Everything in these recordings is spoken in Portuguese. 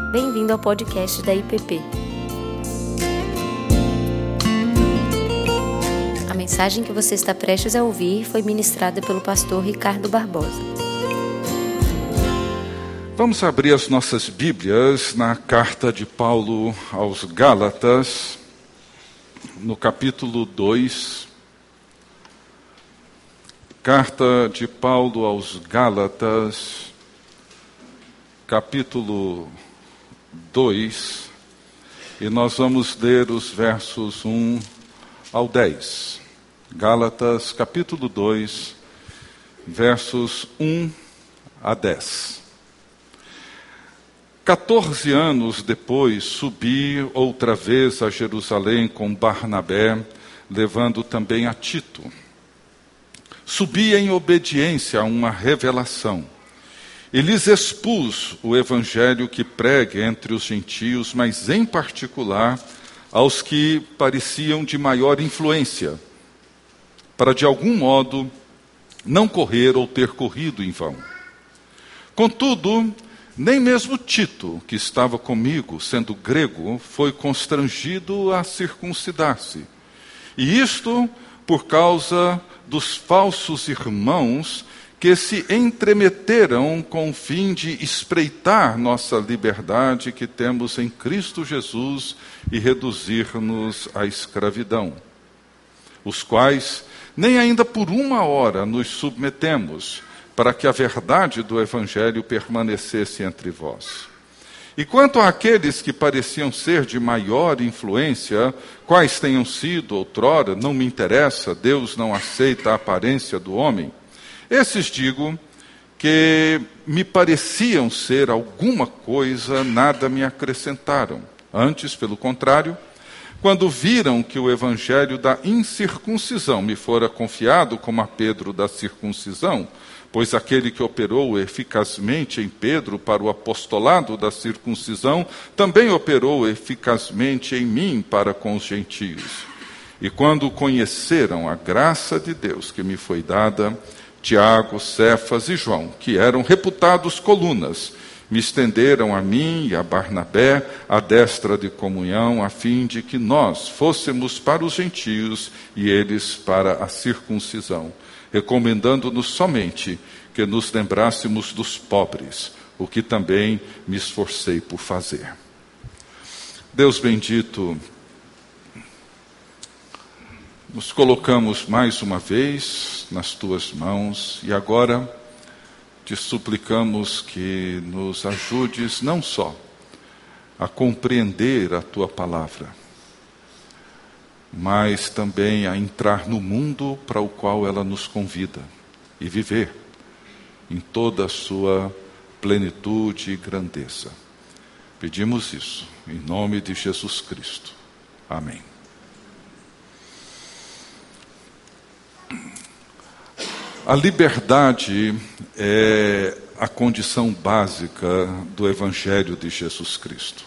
Bem-vindo ao podcast da IPP. A mensagem que você está prestes a ouvir foi ministrada pelo pastor Ricardo Barbosa. Vamos abrir as nossas Bíblias na carta de Paulo aos Gálatas, no capítulo 2. Carta de Paulo aos Gálatas, capítulo 2, e nós vamos ler os versos 1 ao 10. Gálatas, capítulo 2, versos 1 a 10. 14 anos depois, subi outra vez a Jerusalém com Barnabé, levando também a Tito. Subi em obediência a uma revelação, e lhes expus o evangelho que prega entre os gentios, mas em particular aos que pareciam de maior influência, para de algum modo não correr ou ter corrido em vão. Contudo, nem mesmo Tito, que estava comigo, sendo grego, foi constrangido a circuncidar-se. E isto por causa dos falsos irmãos que se entremeteram com o fim de espreitar nossa liberdade que temos em Cristo Jesus e reduzir-nos à escravidão, os quais nem ainda por uma hora nos submetemos, para que a verdade do Evangelho permanecesse entre vós. E quanto àqueles que pareciam ser de maior influência, quais tenham sido outrora, não me interessa, Deus não aceita a aparência do homem. Esses digo que me pareciam ser alguma coisa, nada me acrescentaram. Antes, pelo contrário, quando viram que o evangelho da incircuncisão me fora confiado como a Pedro da circuncisão, pois aquele que operou eficazmente em Pedro para o apostolado da circuncisão, também operou eficazmente em mim para com os gentios. E quando conheceram a graça de Deus que me foi dada, Tiago, Cefas e João, que eram reputados colunas, me estenderam a mim e a Barnabé a destra de comunhão, a fim de que nós fôssemos para os gentios e eles para a circuncisão, recomendando-nos somente que nos lembrássemos dos pobres, o que também me esforcei por fazer. Deus bendito, nos colocamos mais uma vez nas tuas mãos e agora te suplicamos que nos ajudes não só a compreender a tua palavra, mas também a entrar no mundo para o qual ela nos convida e viver em toda a sua plenitude e grandeza. Pedimos isso em nome de Jesus Cristo. Amém. A liberdade é a condição básica do Evangelho de Jesus Cristo.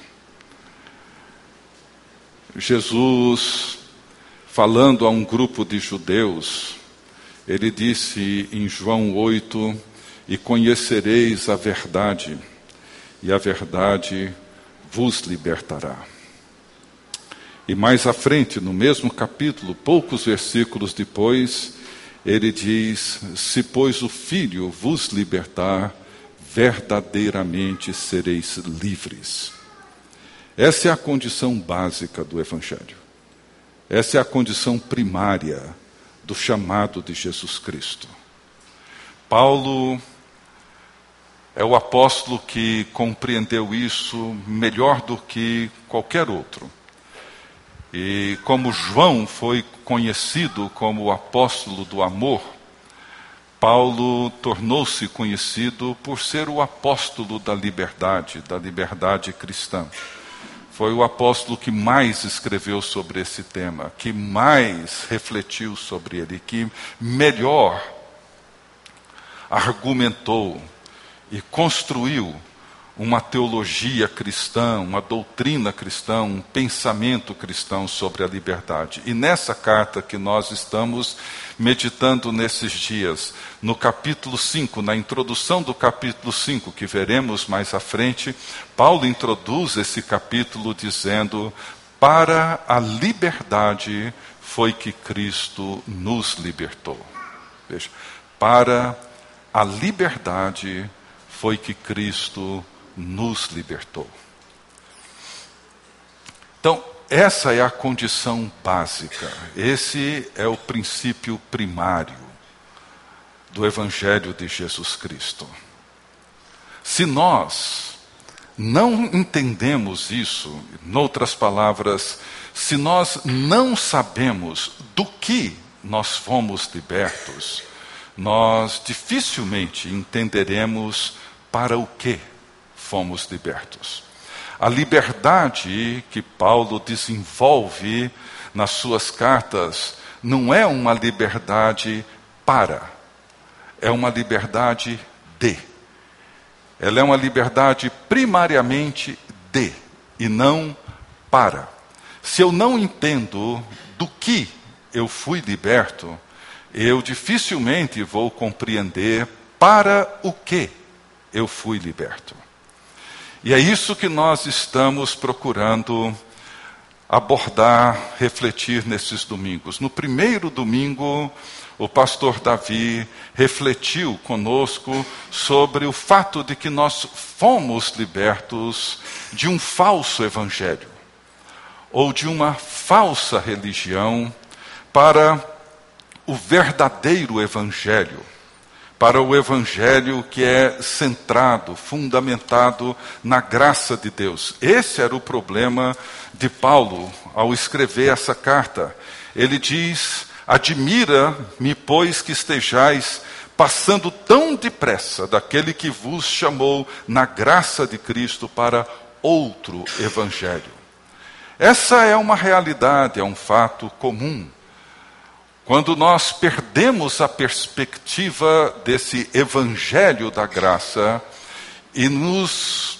Jesus, falando a um grupo de judeus, ele disse em João 8, e conhecereis a verdade, e a verdade vos libertará. E mais à frente, no mesmo capítulo, poucos versículos depois, ele diz, se pois o Filho vos libertar, verdadeiramente sereis livres. Essa é a condição básica do Evangelho. Essa é a condição primária do chamado de Jesus Cristo. Paulo é o apóstolo que compreendeu isso melhor do que qualquer outro. E como João foi conhecido como o apóstolo do amor, Paulo tornou-se conhecido por ser o apóstolo da liberdade cristã. Foi o apóstolo que mais escreveu sobre esse tema, que mais refletiu sobre ele, que melhor argumentou e construiu uma teologia cristã, uma doutrina cristã, um pensamento cristão sobre a liberdade. E nessa carta que nós estamos meditando nesses dias, no capítulo 5, na introdução do capítulo 5, que veremos mais à frente, Paulo introduz esse capítulo dizendo: para a liberdade foi que Cristo nos libertou. Veja, para a liberdade foi que Cristo nos libertou. Então, essa é a condição básica, esse é o princípio primário do Evangelho de Jesus Cristo. Se nós não entendemos isso, em outras palavras, se nós não sabemos do que nós fomos libertos, nós dificilmente entenderemos para o que fomos libertos. A liberdade que Paulo desenvolve nas suas cartas não é uma liberdade para, é uma liberdade de. Ela é uma liberdade primariamente de, e não para. Se eu não entendo do que eu fui liberto, eu dificilmente vou compreender para o que eu fui liberto. E é isso que nós estamos procurando abordar, refletir nesses domingos. No primeiro domingo, o pastor Davi refletiu conosco sobre o fato de que nós fomos libertos de um falso evangelho, ou de uma falsa religião, para o verdadeiro evangelho, para o evangelho que é centrado, fundamentado na graça de Deus. Esse era o problema de Paulo ao escrever essa carta. Ele diz: admira-me, pois, que estejais passando tão depressa daquele que vos chamou na graça de Cristo para outro evangelho. Essa é uma realidade, é um fato comum. Quando nós perdemos a perspectiva desse evangelho da graça e nos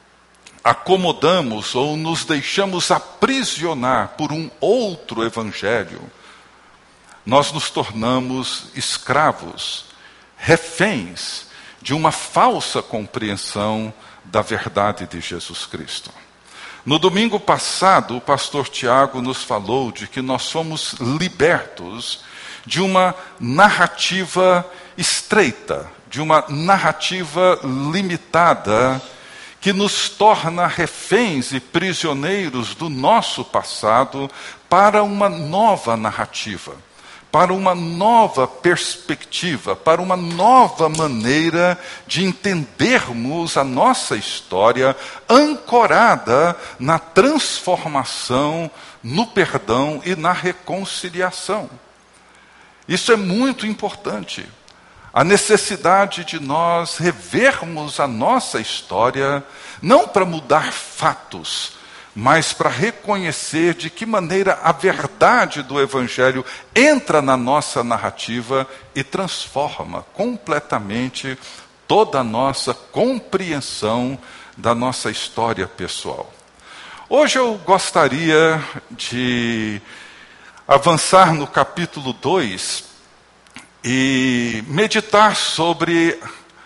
acomodamos ou nos deixamos aprisionar por um outro evangelho, nós nos tornamos escravos, reféns de uma falsa compreensão da verdade de Jesus Cristo. No domingo passado, o pastor Tiago nos falou de que nós somos libertos de uma narrativa estreita, de uma narrativa limitada, que nos torna reféns e prisioneiros do nosso passado para uma nova narrativa, para uma nova perspectiva, para uma nova maneira de entendermos a nossa história ancorada na transformação, no perdão e na reconciliação. Isso é muito importante. A necessidade de nós revermos a nossa história, não para mudar fatos, mas para reconhecer de que maneira a verdade do Evangelho entra na nossa narrativa e transforma completamente toda a nossa compreensão da nossa história pessoal. Hoje eu gostaria de avançar no capítulo 2 e meditar sobre,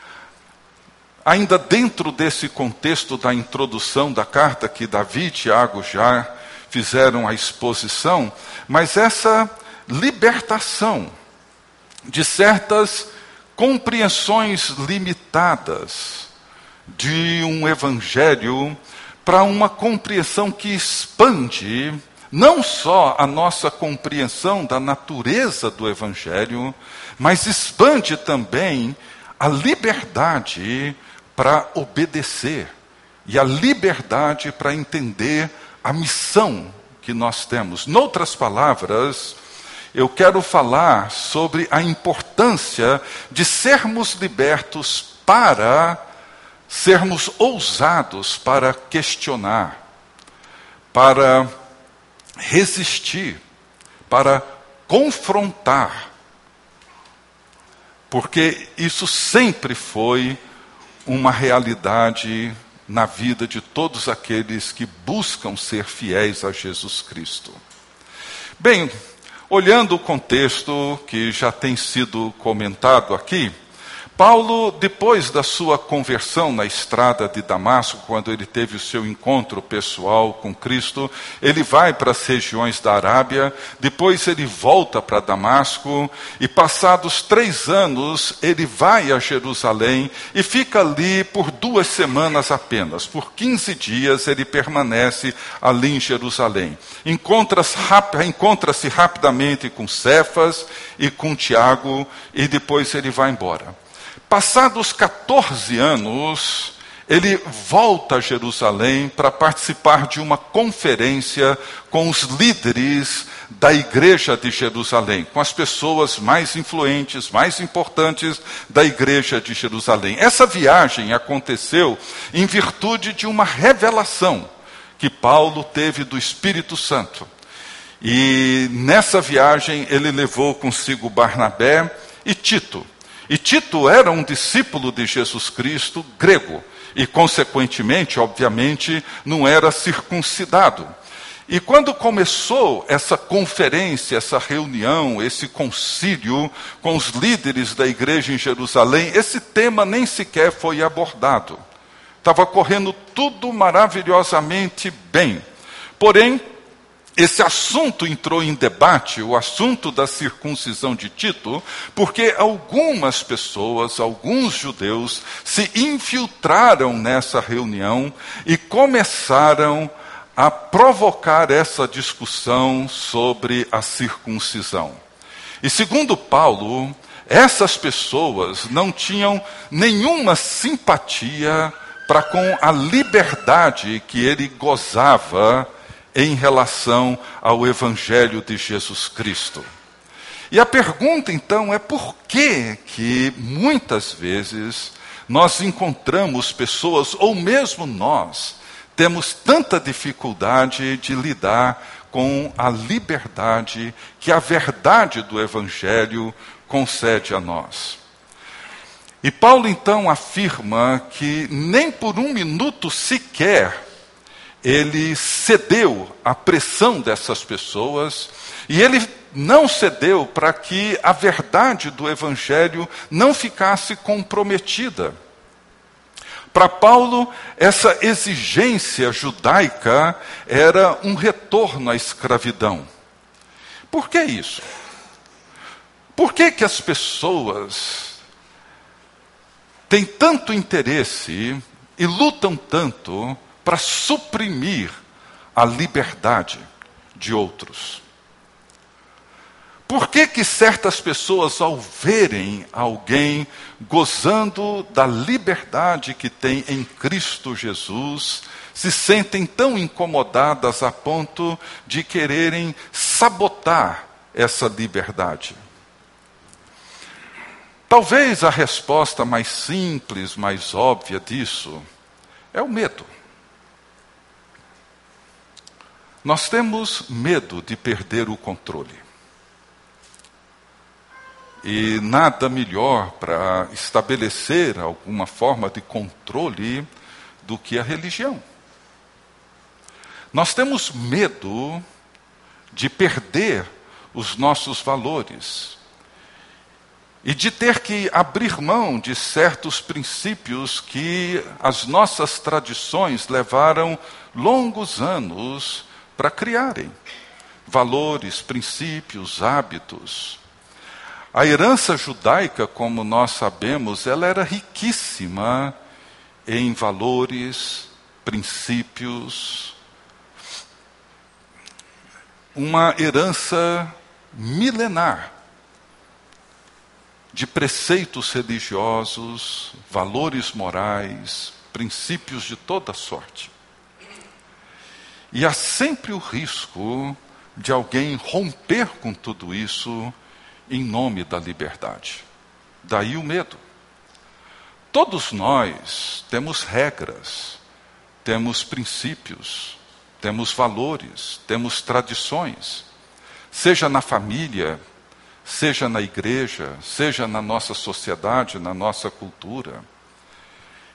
ainda dentro desse contexto da introdução da carta, que Davi e Tiago já fizeram a exposição, mas essa libertação de certas compreensões limitadas de um evangelho para uma compreensão que expande não só a nossa compreensão da natureza do evangelho, mas expande também a liberdade para obedecer e a liberdade para entender a missão que nós temos. Noutras palavras, eu quero falar sobre a importância de sermos libertos para sermos ousados para questionar, para resistir, para confrontar, porque isso sempre foi uma realidade na vida de todos aqueles que buscam ser fiéis a Jesus Cristo. Bem, olhando o contexto que já tem sido comentado aqui, Paulo, depois da sua conversão na estrada de Damasco, quando ele teve o seu encontro pessoal com Cristo, ele vai para as regiões da Arábia, depois ele volta para Damasco, e passados 3 anos, ele vai a Jerusalém e fica ali por 2 semanas apenas. Por 15 dias ele permanece ali em Jerusalém. Encontra-se rapidamente com Cefas e com Tiago, e depois ele vai embora. Passados 14 anos, ele volta a Jerusalém para participar de uma conferência com os líderes da igreja de Jerusalém, com as pessoas mais influentes, mais importantes da igreja de Jerusalém. Essa viagem aconteceu em virtude de uma revelação que Paulo teve do Espírito Santo. E nessa viagem ele levou consigo Barnabé e Tito. E Tito era um discípulo de Jesus Cristo grego e, consequentemente, obviamente, não era circuncidado. E quando começou essa conferência, essa reunião, esse concílio com os líderes da igreja em Jerusalém, esse tema nem sequer foi abordado. Estava correndo tudo maravilhosamente bem. Porém, esse assunto entrou em debate, o assunto da circuncisão de Tito, porque algumas pessoas, alguns judeus, se infiltraram nessa reunião e começaram a provocar essa discussão sobre a circuncisão. E segundo Paulo, essas pessoas não tinham nenhuma simpatia para com a liberdade que ele gozava em relação ao Evangelho de Jesus Cristo. E a pergunta, então, é por que muitas vezes nós encontramos pessoas, ou mesmo nós, temos tanta dificuldade de lidar com a liberdade que a verdade do Evangelho concede a nós. E Paulo, então, afirma que nem por um minuto sequer ele cedeu à pressão dessas pessoas, e ele não cedeu para que a verdade do Evangelho não ficasse comprometida. Para Paulo, essa exigência judaica era um retorno à escravidão. Por que isso? Por que as pessoas têm tanto interesse e lutam tanto para suprimir a liberdade de outros? Por que certas pessoas, ao verem alguém gozando da liberdade que tem em Cristo Jesus, se sentem tão incomodadas a ponto de quererem sabotar essa liberdade? Talvez a resposta mais simples, mais óbvia disso, é o medo. Nós temos medo de perder o controle. E nada melhor para estabelecer alguma forma de controle do que a religião. Nós temos medo de perder os nossos valores e de ter que abrir mão de certos princípios que as nossas tradições levaram longos anos para criarem. Valores, princípios, hábitos. A herança judaica, como nós sabemos, ela era riquíssima em valores, princípios. Uma herança milenar de preceitos religiosos, valores morais, princípios de toda sorte. E há sempre o risco de alguém romper com tudo isso em nome da liberdade. Daí o medo. Todos nós temos regras, temos princípios, temos valores, temos tradições. Seja na família, seja na igreja, seja na nossa sociedade, na nossa cultura.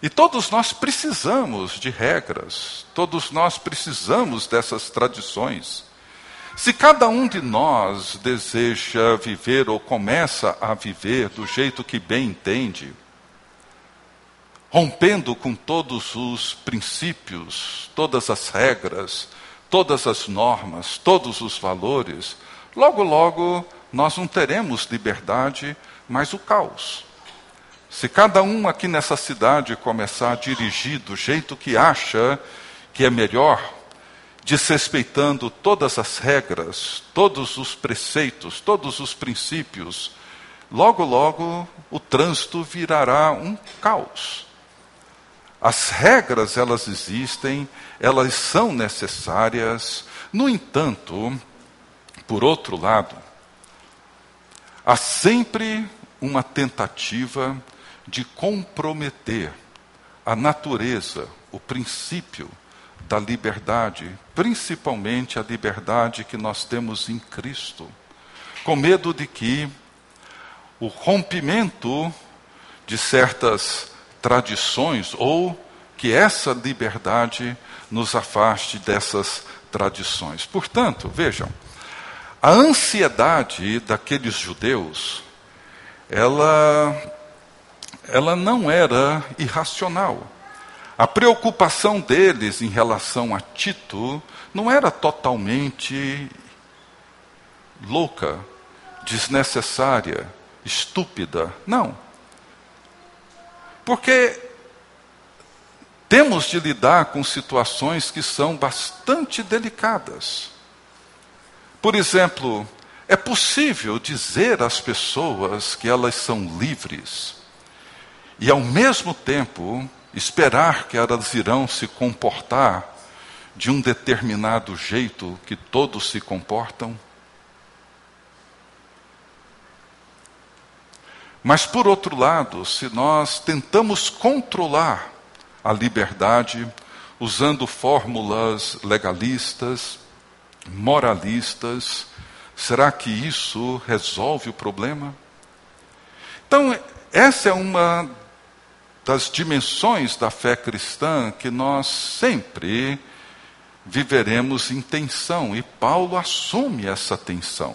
E todos nós precisamos de regras, todos nós precisamos dessas tradições. Se cada um de nós deseja viver ou começa a viver do jeito que bem entende, rompendo com todos os princípios, todas as regras, todas as normas, todos os valores, logo, logo nós não teremos liberdade, mas o caos. Se cada um aqui nessa cidade começar a dirigir do jeito que acha que é melhor, desrespeitando todas as regras, todos os preceitos, todos os princípios, logo, logo o trânsito virará um caos. As regras, elas existem, elas são necessárias. No entanto, por outro lado, há sempre uma tentativa de comprometer a natureza, o princípio da liberdade, principalmente a liberdade que nós temos em Cristo, com medo de que o rompimento de certas tradições ou que essa liberdade nos afaste dessas tradições. Portanto, vejam, a ansiedade daqueles judeus, ela não era irracional. A preocupação deles em relação a Tito não era totalmente louca, desnecessária, estúpida. Não. Porque temos de lidar com situações que são bastante delicadas. Por exemplo, é possível dizer às pessoas que elas são livres e, ao mesmo tempo, esperar que elas irão se comportar de um determinado jeito que todos se comportam? Mas, por outro lado, se nós tentamos controlar a liberdade usando fórmulas legalistas, moralistas, será que isso resolve o problema? Então, essa é uma das dimensões da fé cristã que nós sempre viveremos em tensão, e Paulo assume essa tensão.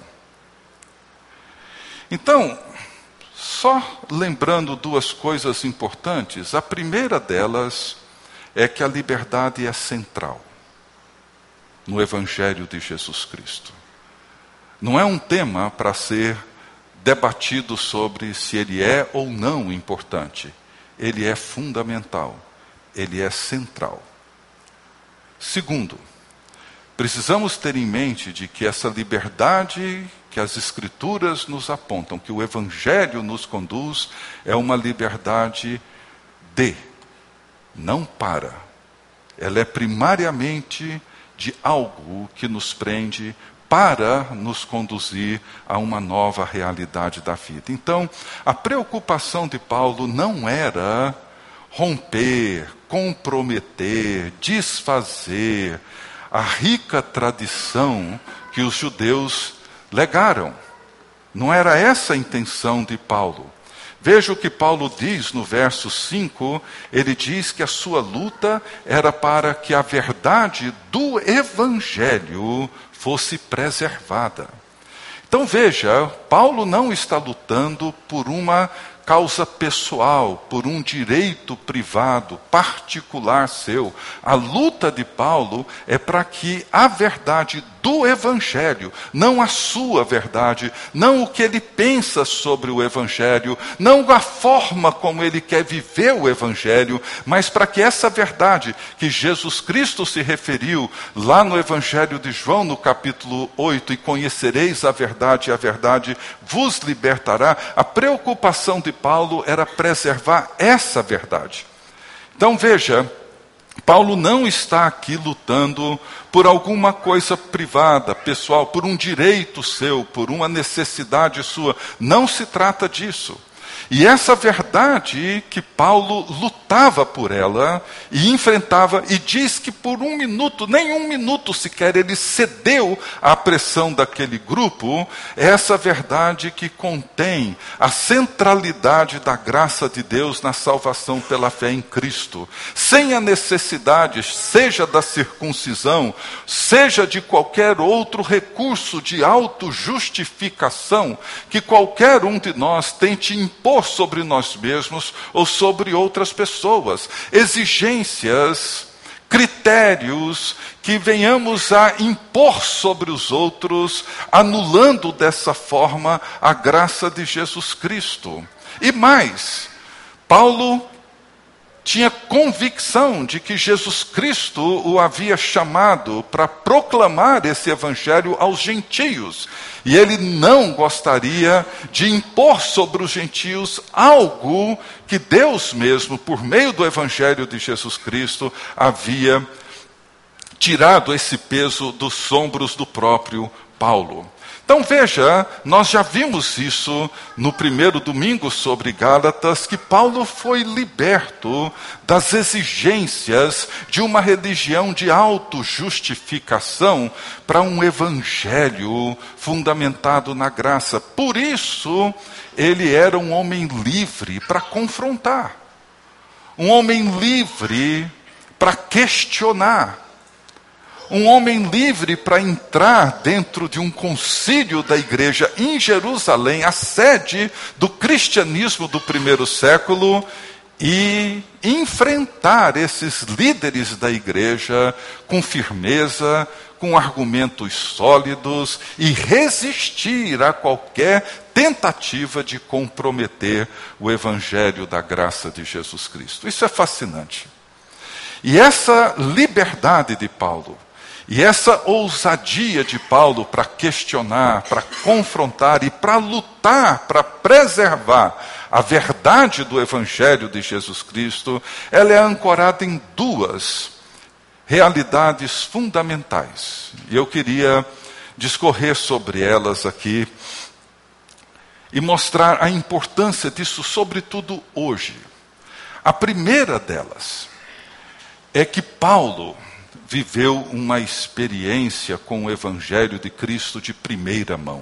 Então, só lembrando duas coisas importantes. A primeira delas é que a liberdade é central no Evangelho de Jesus Cristo. Não é um tema para ser debatido sobre se ele é ou não importante. Ele é fundamental, ele é central. Segundo, precisamos ter em mente de que essa liberdade que as Escrituras nos apontam, que o Evangelho nos conduz, é uma liberdade não para. Ela é primariamente de algo que nos prende para nos conduzir a uma nova realidade da vida. Então, a preocupação de Paulo não era romper, comprometer, desfazer a rica tradição que os judeus legaram. Não era essa a intenção de Paulo. Veja o que Paulo diz no verso 5, ele diz que a sua luta era para que a verdade do Evangelho fosse preservada. Então veja, Paulo não está lutando por uma causa pessoal, por um direito privado, particular seu. A luta de Paulo é para que a verdade do Evangelho, não a sua verdade, não o que ele pensa sobre o Evangelho, não a forma como ele quer viver o Evangelho, mas para que essa verdade que Jesus Cristo se referiu lá no Evangelho de João, no capítulo 8, e conhecereis a verdade vos libertará, a preocupação de Paulo era preservar essa verdade. Então veja, Paulo não está aqui lutando por alguma coisa privada, pessoal, por um direito seu, por uma necessidade sua. Não se trata disso. E essa verdade que Paulo lutava por ela e enfrentava, e diz que por um minuto, nem um minuto sequer, ele cedeu à pressão daquele grupo, é essa verdade que contém a centralidade da graça de Deus na salvação pela fé em Cristo. Sem a necessidade, seja da circuncisão, seja de qualquer outro recurso de autojustificação que qualquer um de nós tente impor sobre nós mesmos ou sobre outras pessoas. Exigências, critérios que venhamos a impor sobre os outros, anulando dessa forma a graça de Jesus Cristo. E mais, Paulo tinha convicção de que Jesus Cristo o havia chamado para proclamar esse evangelho aos gentios. E ele não gostaria de impor sobre os gentios algo que Deus mesmo, por meio do evangelho de Jesus Cristo, havia tirado esse peso dos ombros do próprio Paulo. Então veja, nós já vimos isso no primeiro domingo sobre Gálatas, que Paulo foi liberto das exigências de uma religião de autojustificação para um evangelho fundamentado na graça. Por isso, ele era um homem livre para confrontar, um homem livre para questionar, um homem livre para entrar dentro de um concílio da igreja em Jerusalém, a sede do cristianismo do primeiro século, e enfrentar esses líderes da igreja com firmeza, com argumentos sólidos, e resistir a qualquer tentativa de comprometer o evangelho da graça de Jesus Cristo. Isso é fascinante. E essa liberdade de Paulo, e essa ousadia de Paulo para questionar, para confrontar e para lutar, para preservar a verdade do Evangelho de Jesus Cristo, ela é ancorada em duas realidades fundamentais. E eu queria discorrer sobre elas aqui e mostrar a importância disso, sobretudo hoje. A primeira delas é que Paulo viveu uma experiência com o Evangelho de Cristo de primeira mão.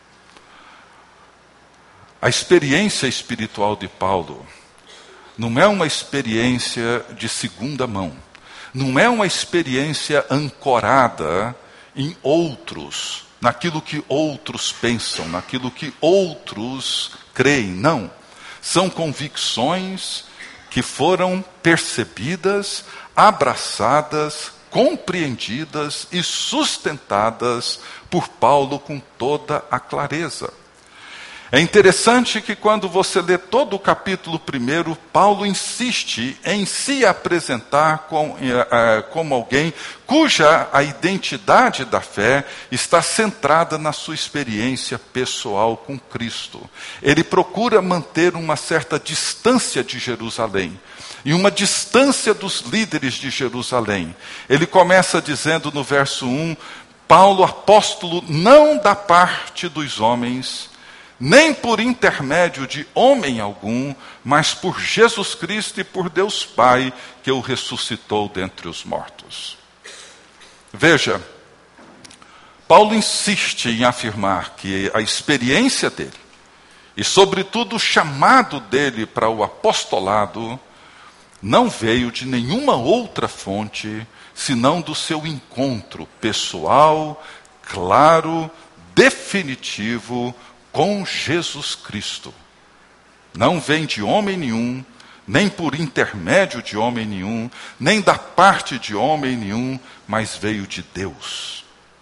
A experiência espiritual de Paulo não é uma experiência de segunda mão, não é uma experiência ancorada em outros, naquilo que outros pensam, naquilo que outros creem, não. São convicções que foram percebidas, abraçadas, compreendidas e sustentadas por Paulo com toda a clareza. É interessante que quando você lê todo o capítulo 1, Paulo insiste em se apresentar como alguém cuja a identidade da fé está centrada na sua experiência pessoal com Cristo. Ele procura manter uma certa distância de Jerusalém, e uma distância dos líderes de Jerusalém. Ele começa dizendo no verso 1, Paulo, apóstolo, não da parte dos homens, nem por intermédio de homem algum, mas por Jesus Cristo e por Deus Pai, que o ressuscitou dentre os mortos. Veja, Paulo insiste em afirmar que a experiência dele, e sobretudo o chamado dele para o apostolado, não veio de nenhuma outra fonte, senão do seu encontro pessoal, claro, definitivo com Jesus Cristo. Não vem de homem nenhum, nem por intermédio de homem nenhum, nem da parte de homem nenhum, mas veio de Deus.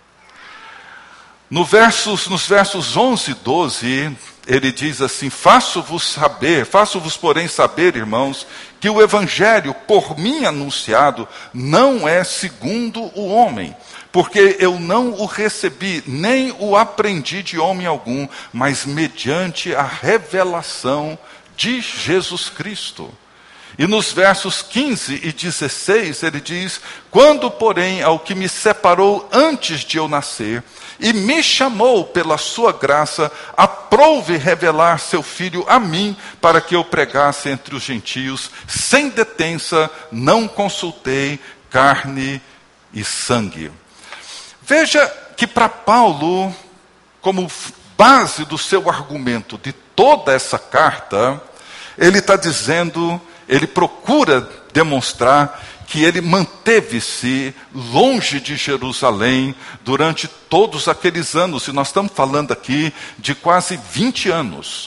Nos versos 11 e 12, ele diz assim, faço-vos porém saber, irmãos, que o evangelho por mim anunciado não é segundo o homem, porque eu não o recebi, nem o aprendi de homem algum, mas mediante a revelação de Jesus Cristo. E nos versos 15 e 16 ele diz: quando, porém, ao que me separou antes de eu nascer, e me chamou pela sua graça, aprouve revelar seu Filho a mim, para que eu pregasse entre os gentios, sem detença, não consultei carne e sangue. Veja que para Paulo, como base do seu argumento de toda essa carta, ele está dizendo, ele procura demonstrar que ele manteve-se longe de Jerusalém durante todos aqueles anos, e nós estamos falando aqui de quase 20 anos.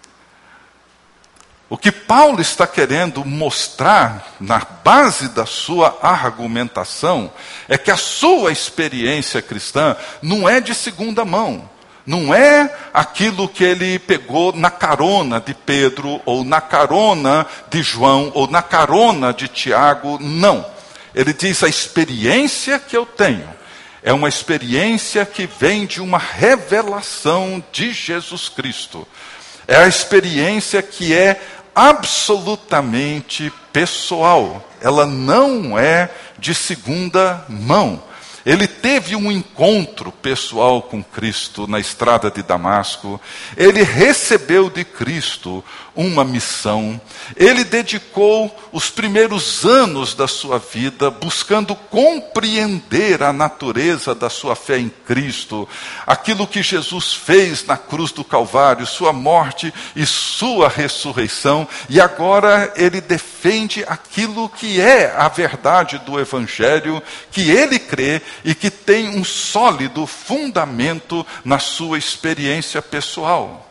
O que Paulo está querendo mostrar na base da sua argumentação é que a sua experiência cristã não é de segunda mão. Não é aquilo que ele pegou na carona de Pedro, ou na carona de João, ou na carona de Tiago, não. Ele diz: a experiência que eu tenho é uma experiência que vem de uma revelação de Jesus Cristo. É a experiência que é absolutamente pessoal. Ela não é de segunda mão. Ele teve um encontro pessoal com Cristo na estrada de Damasco. Ele recebeu de Cristo uma missão. Ele dedicou os primeiros anos da sua vida buscando compreender a natureza da sua fé em Cristo, aquilo que Jesus fez na cruz do Calvário, sua morte e sua ressurreição. E agora ele defende aquilo que é a verdade do Evangelho, que ele crê e que tem um sólido fundamento na sua experiência pessoal.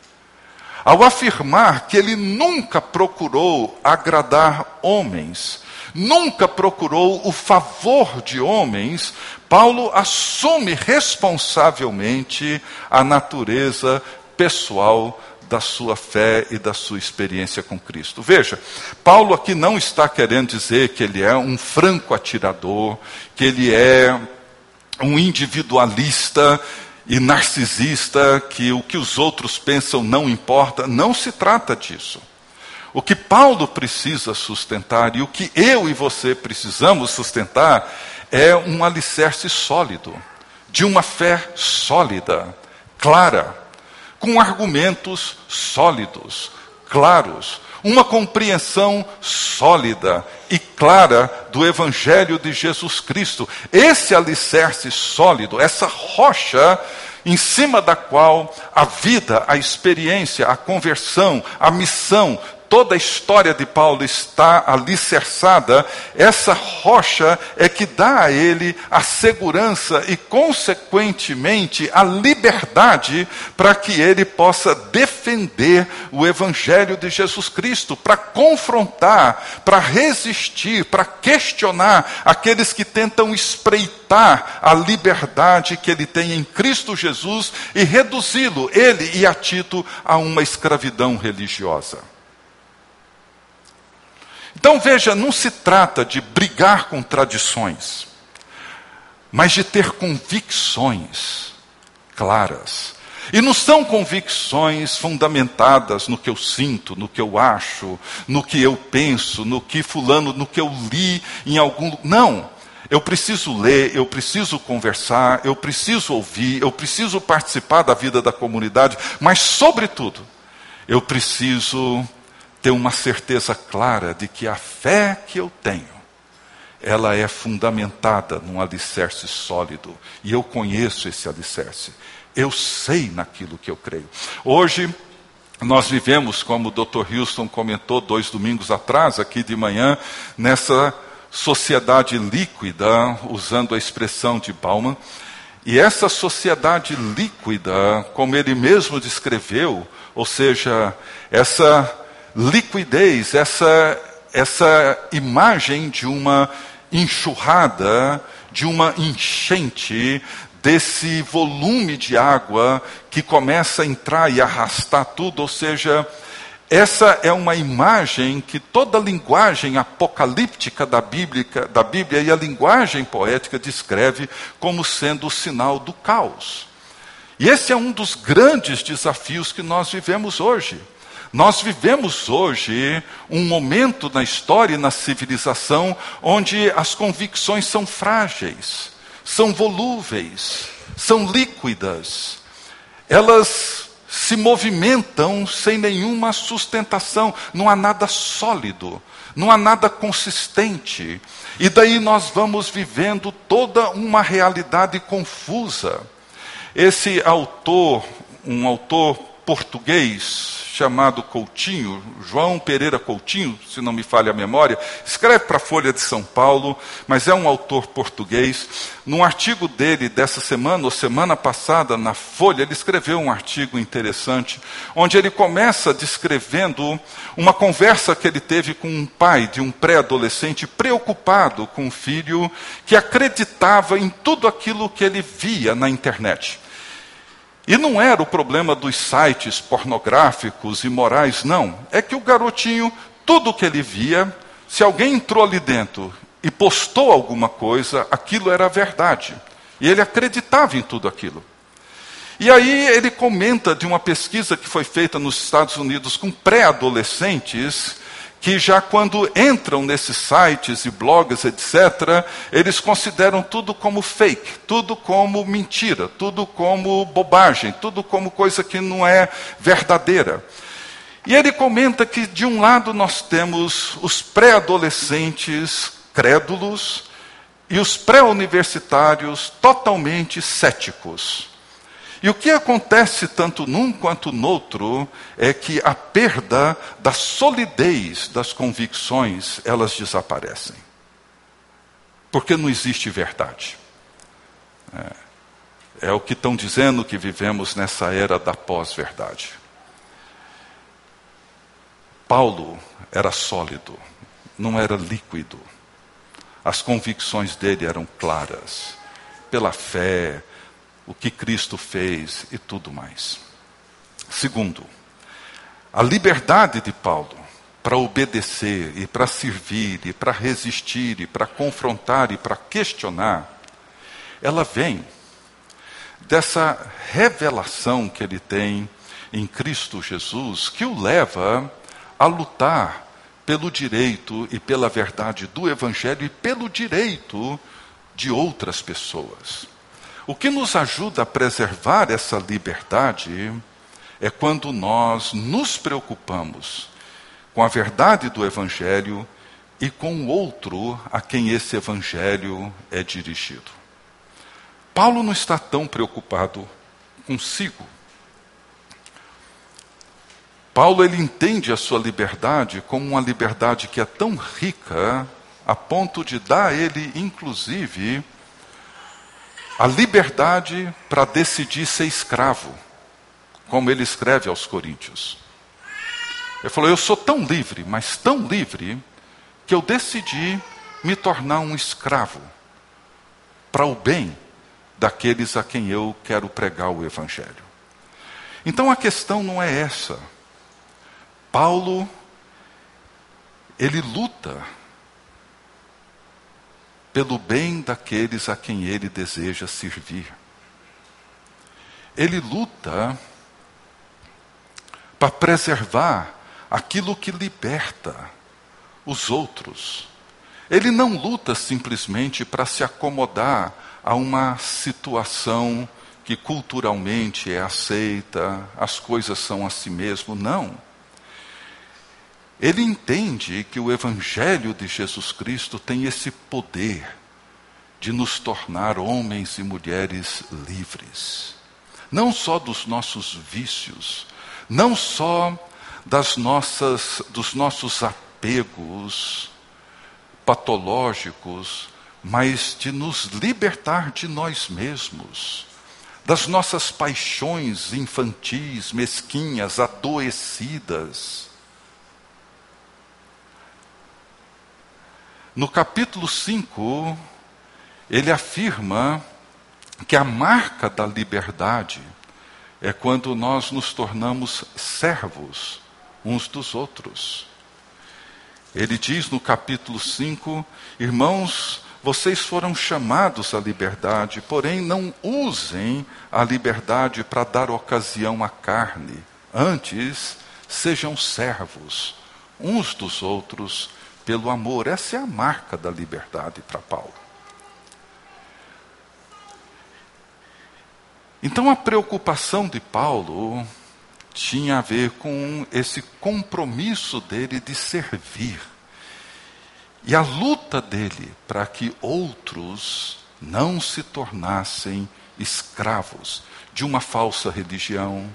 Ao afirmar que ele nunca procurou agradar homens, nunca procurou o favor de homens, Paulo assume responsavelmente a natureza pessoal da sua fé e da sua experiência com Cristo. Veja, Paulo aqui não está querendo dizer que ele é um franco atirador, que ele é um individualista e narcisista, que o que os outros pensam não importa. Não se trata disso. O que Paulo precisa sustentar, e o que eu e você precisamos sustentar, é um alicerce sólido, de uma fé sólida, clara, com argumentos sólidos, claros, uma compreensão sólida e clara do Evangelho de Jesus Cristo. Esse alicerce sólido, essa rocha em cima da qual a vida, a experiência, a conversão, a missão, toda a história de Paulo está alicerçada, essa rocha é que dá a ele a segurança e, consequentemente, a liberdade para que ele possa defender o Evangelho de Jesus Cristo, para confrontar, para resistir, para questionar aqueles que tentam espreitar a liberdade que ele tem em Cristo Jesus e reduzi-lo, ele e a Tito, a uma escravidão religiosa. Então veja, não se trata de brigar com tradições, mas de ter convicções claras. E não são convicções fundamentadas no que eu sinto, no que eu acho, no que eu penso, no que fulano, no que eu li em algum... Não, eu preciso ler, eu preciso conversar, eu preciso ouvir, eu preciso participar da vida da comunidade, mas sobretudo, eu preciso ter uma certeza clara de que a fé que eu tenho, ela é fundamentada num alicerce sólido. E eu conheço esse alicerce. Eu sei naquilo que eu creio. Hoje, nós vivemos, como o Dr. Houston comentou 2 domingos atrás, aqui de manhã, nessa sociedade líquida, usando a expressão de Bauman. E essa sociedade líquida, como ele mesmo descreveu, ou seja, essa liquidez, essa imagem de uma enxurrada, de uma enchente, desse volume de água que começa a entrar e arrastar tudo, ou seja, essa é uma imagem que toda a linguagem apocalíptica da Bíblia e a linguagem poética descreve como sendo o sinal do caos. E esse é um dos grandes desafios que nós vivemos hoje. Nós vivemos hoje um momento na história e na civilização onde as convicções são frágeis, são volúveis, são líquidas. Elas se movimentam sem nenhuma sustentação, não há nada sólido, não há nada consistente. E daí nós vamos vivendo toda uma realidade confusa. Esse autor, um autor português chamado Coutinho, João Pereira Coutinho, se não me falha a memória, escreve para a Folha de São Paulo, mas é um autor português. Num artigo dele dessa semana, ou semana passada, na Folha, ele escreveu um artigo interessante, onde ele começa descrevendo uma conversa que ele teve com um pai de um pré-adolescente preocupado com um filho que acreditava em tudo aquilo que ele via na internet. E não era o problema dos sites pornográficos e morais, não. É que o garotinho, tudo o que ele via, se alguém entrou ali dentro e postou alguma coisa, aquilo era verdade. E ele acreditava em tudo aquilo. E aí ele comenta de uma pesquisa que foi feita nos Estados Unidos com pré-adolescentes, que já quando entram nesses sites e blogs, etc., eles consideram tudo como fake, tudo como mentira, tudo como bobagem, tudo como coisa que não é verdadeira. E ele comenta que, de um lado, nós temos os pré-adolescentes crédulos e os pré-universitários totalmente céticos. E o que acontece tanto num quanto no outro é que a perda da solidez das convicções, elas desaparecem. Porque não existe verdade. É o que estão dizendo que vivemos nessa era da pós-verdade. Paulo era sólido, não era líquido. As convicções dele eram claras, pela fé, o que Cristo fez e tudo mais. Segundo, a liberdade de Paulo para obedecer e para servir e para resistir e para confrontar e para questionar, ela vem dessa revelação que ele tem em Cristo Jesus, que o leva a lutar pelo direito e pela verdade do Evangelho e pelo direito de outras pessoas. O que nos ajuda a preservar essa liberdade é quando nós nos preocupamos com a verdade do Evangelho e com o outro a quem esse Evangelho é dirigido. Paulo não está tão preocupado consigo. Paulo, ele entende a sua liberdade como uma liberdade que é tão rica a ponto de dar a ele, inclusive, a liberdade para decidir ser escravo, como ele escreve aos Coríntios. Ele falou, eu sou tão livre, mas tão livre, que eu decidi me tornar um escravo, para o bem daqueles a quem eu quero pregar o Evangelho. Então a questão não é essa. Paulo, ele luta pelo bem daqueles a quem ele deseja servir. Ele luta para preservar aquilo que liberta os outros. Ele não luta simplesmente para se acomodar a uma situação que culturalmente é aceita, as coisas são assim mesmo. Não. Ele entende que o Evangelho de Jesus Cristo tem esse poder de nos tornar homens e mulheres livres. Não só dos nossos vícios, não só dos nossos apegos patológicos, mas de nos libertar de nós mesmos, das nossas paixões infantis, mesquinhas, adoecidas. No capítulo 5, ele afirma que a marca da liberdade é quando nós nos tornamos servos uns dos outros. Ele diz no capítulo 5, irmãos, vocês foram chamados à liberdade, porém não usem a liberdade para dar ocasião à carne. Antes, sejam servos uns dos outros pelo amor. Essa é a marca da liberdade para Paulo. Então a preocupação de Paulo tinha a ver com esse compromisso dele de servir. E a luta dele para que outros não se tornassem escravos de uma falsa religião,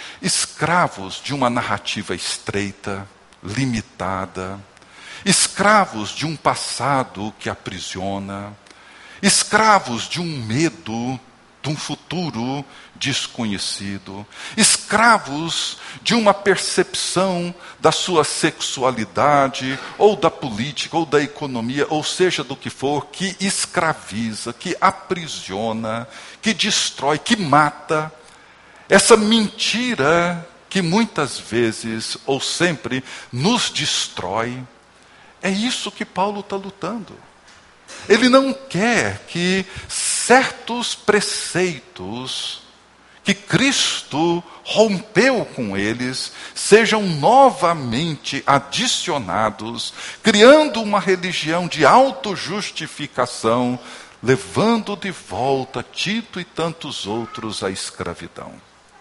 escravos de uma narrativa estreita, limitada, escravos de um passado que aprisiona, escravos de um medo de um futuro desconhecido, escravos de uma percepção da sua sexualidade, ou da política, ou da economia, ou seja, do que for, que escraviza, que aprisiona, que destrói, que mata. Essa mentira que muitas vezes, ou sempre, nos destrói, é isso que Paulo está lutando. Ele não quer que certos preceitos que Cristo rompeu com eles sejam novamente adicionados, criando uma religião de autojustificação, levando de volta Tito e tantos outros à escravidão.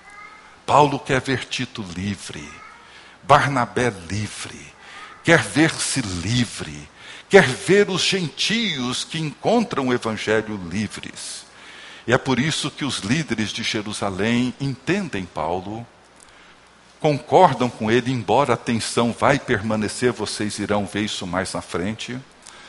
Paulo quer ver Tito livre, Barnabé livre, quer ver-se livre, quer ver os gentios que encontram o Evangelho livres. E é por isso que os líderes de Jerusalém entendem Paulo, concordam com ele, embora a tensão vai permanecer, vocês irão ver isso mais na frente.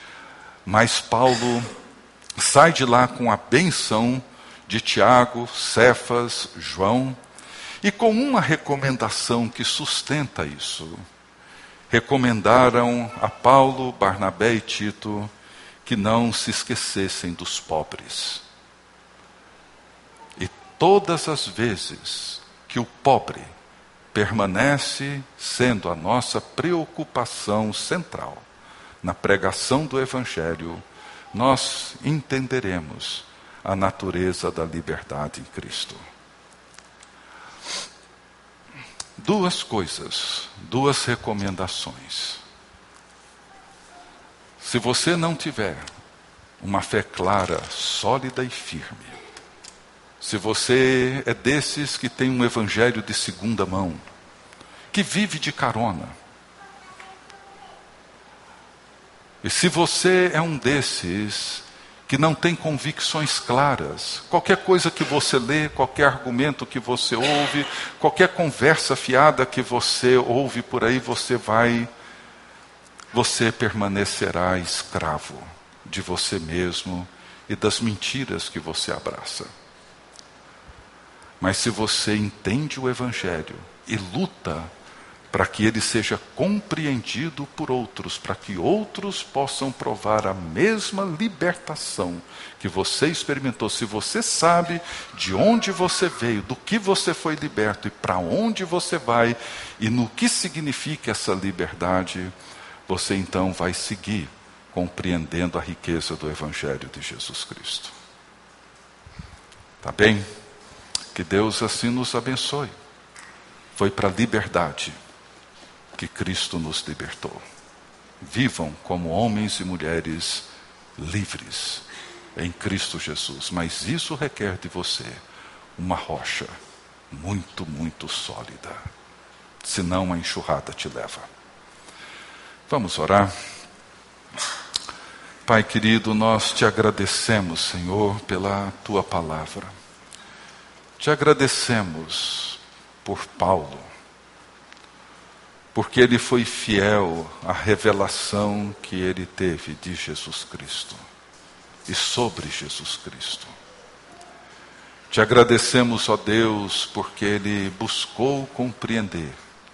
Mas Paulo sai de lá com a bênção de Tiago, Cefas, João, e com uma recomendação que sustenta isso. Recomendaram a Paulo, Barnabé e Tito que não se esquecessem dos pobres. E todas as vezes que o pobre permanece sendo a nossa preocupação central na pregação do Evangelho, nós entenderemos a natureza da liberdade em Cristo. Duas coisas, duas recomendações. Se você não tiver uma fé clara, sólida e firme, se você é desses que tem um evangelho de segunda mão, que vive de carona, e se você é um desses que não tem convicções claras, qualquer coisa que você lê, qualquer argumento que você ouve, qualquer conversa fiada que você ouve por aí, você permanecerá escravo de você mesmo e das mentiras que você abraça. Mas se você entende o Evangelho e luta para que ele seja compreendido por outros, para que outros possam provar a mesma libertação que você experimentou. Se você sabe de onde você veio, do que você foi liberto e para onde você vai, e no que significa essa liberdade, você então vai seguir compreendendo a riqueza do Evangelho de Jesus Cristo. Tá bem? Que Deus assim nos abençoe. Foi para a liberdade que Cristo nos libertou. Vivam como homens e mulheres livres em Cristo Jesus. Mas isso requer de você uma rocha muito, muito sólida. Senão a enxurrada te leva. Vamos orar. Pai querido, nós te agradecemos, Senhor, pela tua palavra. Te agradecemos por Paulo, porque ele foi fiel à revelação que ele teve de Jesus Cristo e sobre Jesus Cristo. Te agradecemos, ó Deus, porque ele buscou compreender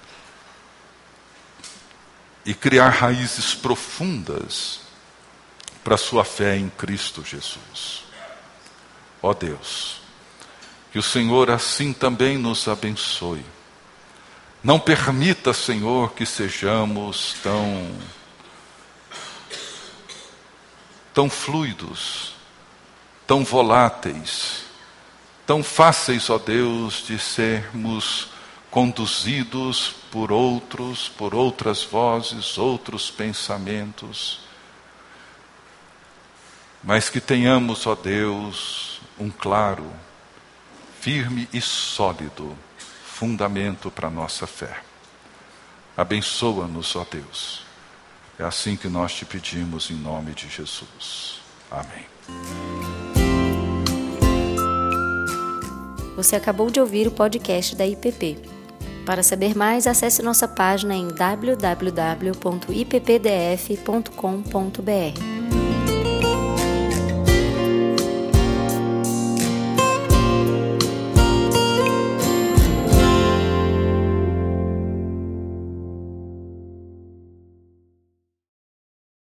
e criar raízes profundas para a sua fé em Cristo Jesus. Ó Deus, que o Senhor assim também nos abençoe. Não permita, Senhor, que sejamos tão fluidos, tão voláteis, tão fáceis, ó Deus, de sermos conduzidos por outros, por outras vozes, outros pensamentos, mas que tenhamos, ó Deus, um claro, firme e sólido fundamento para a nossa fé. Abençoa-nos, ó Deus. É assim que nós te pedimos em nome de Jesus. Amém. Você acabou de ouvir o podcast da IPP. Para saber mais, acesse nossa página em www.ippdf.com.br.